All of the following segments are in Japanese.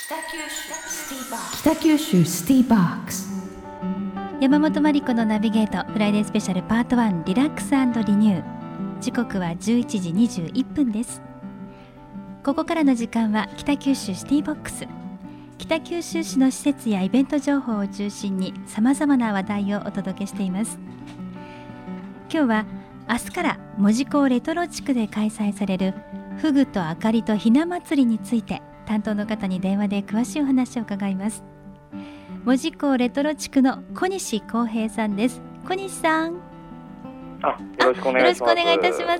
北九州シティボックス。 山本真理子のナビゲートフライデースペシャルパート1リラックス&リニュー。時刻は11時21分です。ここからの時間は北九州シティボックス。北九州市の施設やイベント情報を中心にさまざまな話題をお届けしています。今日は明日から門司港レトロ地区で開催されるフグとあかりとひな祭りについて担当の方に電話で詳しいお話を伺います。門司港レトロ地区の小西康平さんです。小西さん、 よろしくお願いします。 よろしくお願いいたします。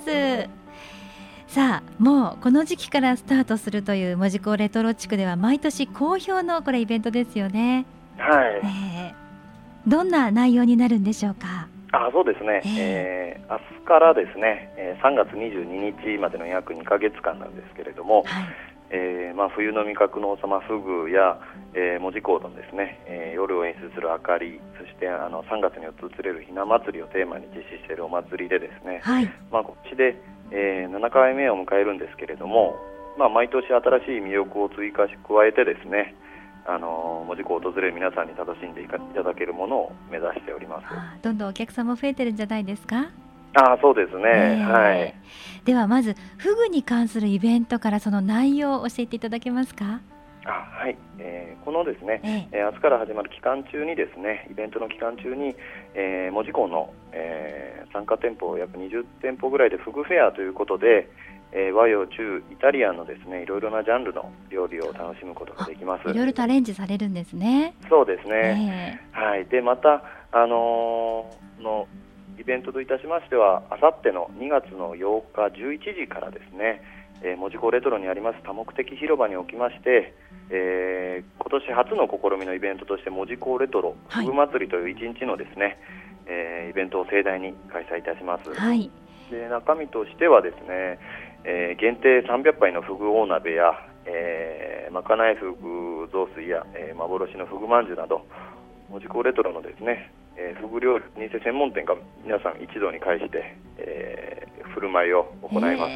さあ、もうこの時期からスタートするという門司港レトロ地区では毎年好評のこれイベントですよね。 はい、 どんな内容になるんでしょうか。 そうですね、明日からですね、3月22日までの約2ヶ月間なんですけれども、冬の味覚の王様フグや、門司港のですね、夜を演出するあかり、そして3月に訪れるひな祭りをテーマに実施しているお祭りでですね、今年で、7回目を迎えるんですけれども、毎年新しい魅力を追加し加えてですね、門司港を訪れる皆さんに楽しんでいただけるものを目指しております。 どんどんお客さんも増えてるんじゃないですか。 そうですね、はい。 ではまずフグに関するイベントからその内容を教えていただけますか。 はい、このですね、明日から始まる期間中にですね、イベントの期間中に、門司港の、参加店舗約20店舗ぐらいでフグフェアということで、和洋中イタリアンのですね、いろいろなジャンルの料理を楽しむことができます。 いろいろとアレンジされるんですね。 そうですね、はい。でまたのイベントといたしましては、あさっての2月の8日11時からですね、門司港レトロにあります多目的広場におきまして、今年初の試みのイベントとして門司港レトロフグ祭りという1日のですね、イベントを盛大に開催いたします。で中身としてはですね、限定300杯のフグ大鍋や、まかないフグ雑炊や、幻のフグまんじゅうなど門司港レトロのですね、フグ料理店専門店が皆さん一堂に会して、振る舞いを行います。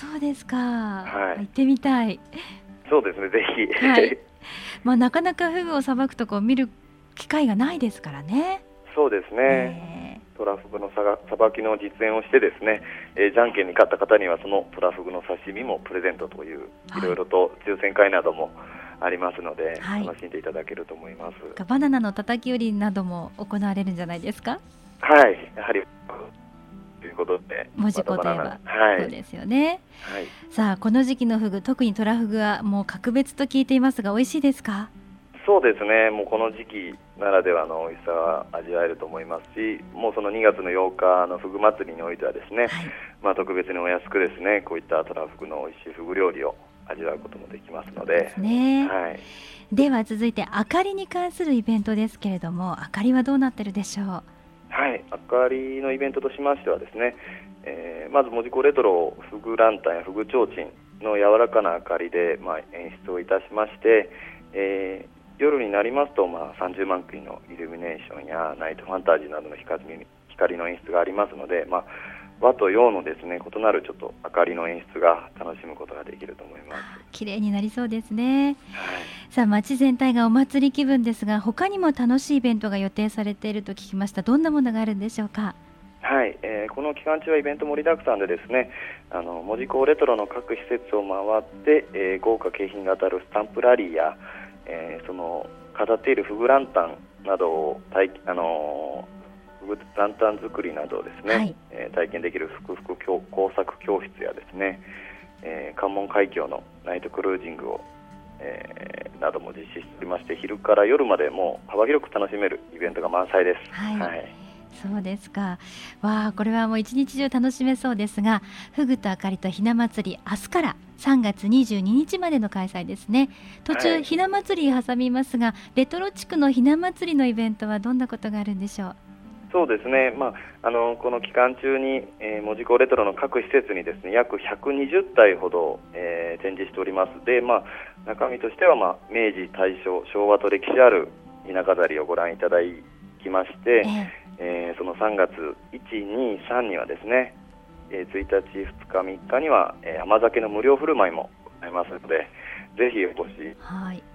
そうですか、行ってみたい。 そうですね、ぜひ、 なかなかフグをさばくとこ見る機会がないですからね。 そうですね、トラフグのさばきの実演をしてですね、じゃんけんに勝った方にはそのトラフグの刺身もプレゼントという、いろいろと抽選会などもありますので、楽しんでいただけると思います。 バナナのたたき売りなども行われるんじゃないですか。 はい、やはりということで門司港といえば、そうですよね。さあ、この時期のフグ、特にトラフグはもう格別と聞いていますが、美味しいですか。 そうですね、もうこの時期ならではの美味しさが味わえると思いますし、もうその2月の8日のフグ祭りにおいてはですね、特別にお安くですね、こういったトラフグの美味しいフグ料理を味わうこともできますので。では続いてあかりに関するイベントですけれども、あかりはどうなってるでしょう。 あかりのイベントとしましてはですね、まず門司港レトロフグランタンやフグ提灯の柔らかなあかりで、演出をいたしまして、夜になりますと、30万組のイルミネーションやナイトファンタジーなどの光の演出がありますので、和と洋のですね、異なるちょっと明かりの演出が楽しむことができると思います。 綺麗になりそうですね。さあ、街全体がお祭り気分ですが、他にも楽しいイベントが予定されていると聞きました。どんなものがあるんでしょうか。 この期間中はイベント盛りだくさんでですね、門司港レトロの各施設を回って、豪華景品が当たるスタンプラリーや、その飾っているフグランタンなどをフグランタン作りなどをですね、体験できるふくふく工作教室やですね、関門海峡のナイトクルージングを、なども実施しておりまして、昼から夜までもう幅広く楽しめるイベントが満載です。 そうですか。これはもう一日中楽しめそうですが、フグとあかりとひな祭り、明日から3月22日までの開催ですね。途中、ひな祭り挟みますが、レトロ地区のひな祭りのイベントはどんなことがあるんでしょう。 そうですね、この期間中に、門司港レトロの各施設にですね、約120体ほど、展示しております。で、中身としては、明治、大正、昭和と歴史あるひな飾りをご覧いただきまして、その3月1、2、3にはですね、1日、2日、3日には、甘酒の無料振る舞いもございますので、ぜひお越し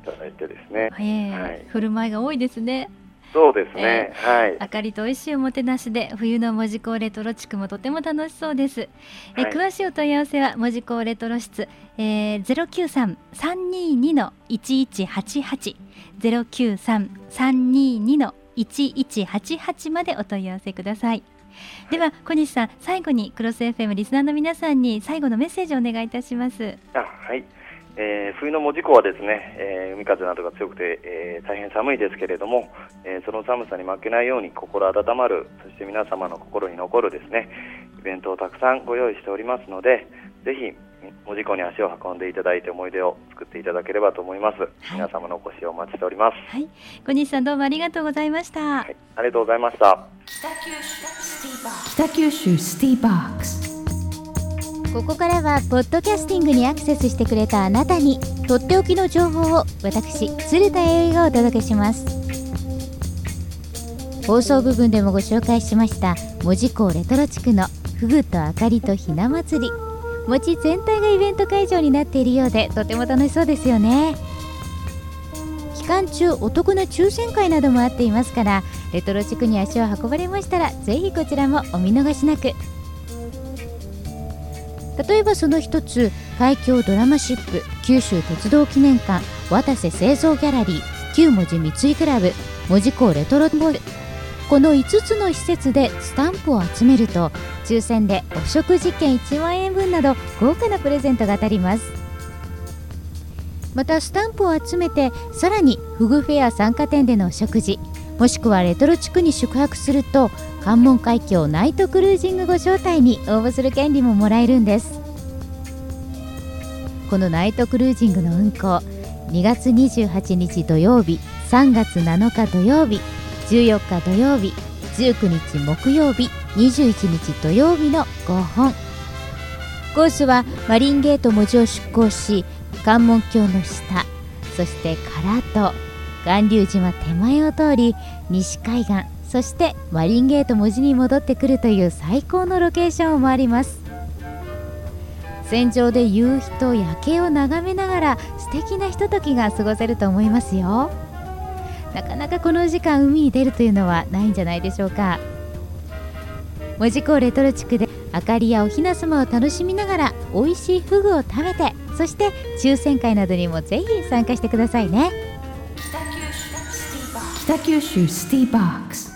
ただいてですね、 振る舞いが多いですね。 そうですね、 明かりと美味しいおもてなしで冬の門司港レトロ地区もとても楽しそうです。詳しいお問い合わせは門司港レトロ室、093-322-1188 093-322-1188までお問い合わせください。では小西さん、最後にクロス FM リスナーの皆さんに最後のメッセージをお願いいたします。 冬の門司港はですね、海風などが強くて、大変寒いですけれども、その寒さに負けないように心温まる、そして皆様の心に残るですね、イベントをたくさんご用意しておりますので、ぜひ門司港に足を運んでいただいて思い出を作っていただければと思います。皆様のお越しをお待ちしております。 小西さん、どうもありがとうございました。 ありがとうございました。 北九州シティボックス。 ここからはポッドキャスティングにアクセスしてくれたあなたにとっておきの情報を私鶴田英由がお届けします。放送部分でもご紹介しました門司港レトロ地区のフグとあかりとひな祭り、餅全体がイベント会場になっているようでとても楽しそうですよね。期間中お得な抽選会などもあっていますから、レトロ地区に足を運ばれましたらぜひこちらもお見逃しなく。例えばその一つ、海峡ドラマシップ、九州鉄道記念館、渡瀬製造ギャラリー、旧門司三井クラブ、門司港レトロモール、この5つの施設でスタンプを集めると抽選でお食事券1万円分など豪華なプレゼントが当たります。またスタンプを集めてさらにフグフェア参加店でのお食事、もしくはレトロ地区に宿泊すると関門海峡ナイトクルージングご招待に応募する権利ももらえるんです。このナイトクルージングの運行、2月28日土曜日、3月7日土曜日、14日土曜日、19日木曜日、21日土曜日の5本。コースはマリンゲート門司を出港し、関門橋の下、そして唐戸、巌流島手前を通り西海岸、そしてマリンゲート門司に戻ってくるという最高のロケーションを回ります。船上で夕日と夜景を眺めながら素敵なひとときが過ごせると思いますよ。なかなかこの時間海に出るというのはないんじゃないでしょうか。門司港レトロ地区で明かりやお雛様を楽しみながら美味しいフグを食べて、そして抽選会などにもぜひ参加してくださいね。 北九州シティボックス。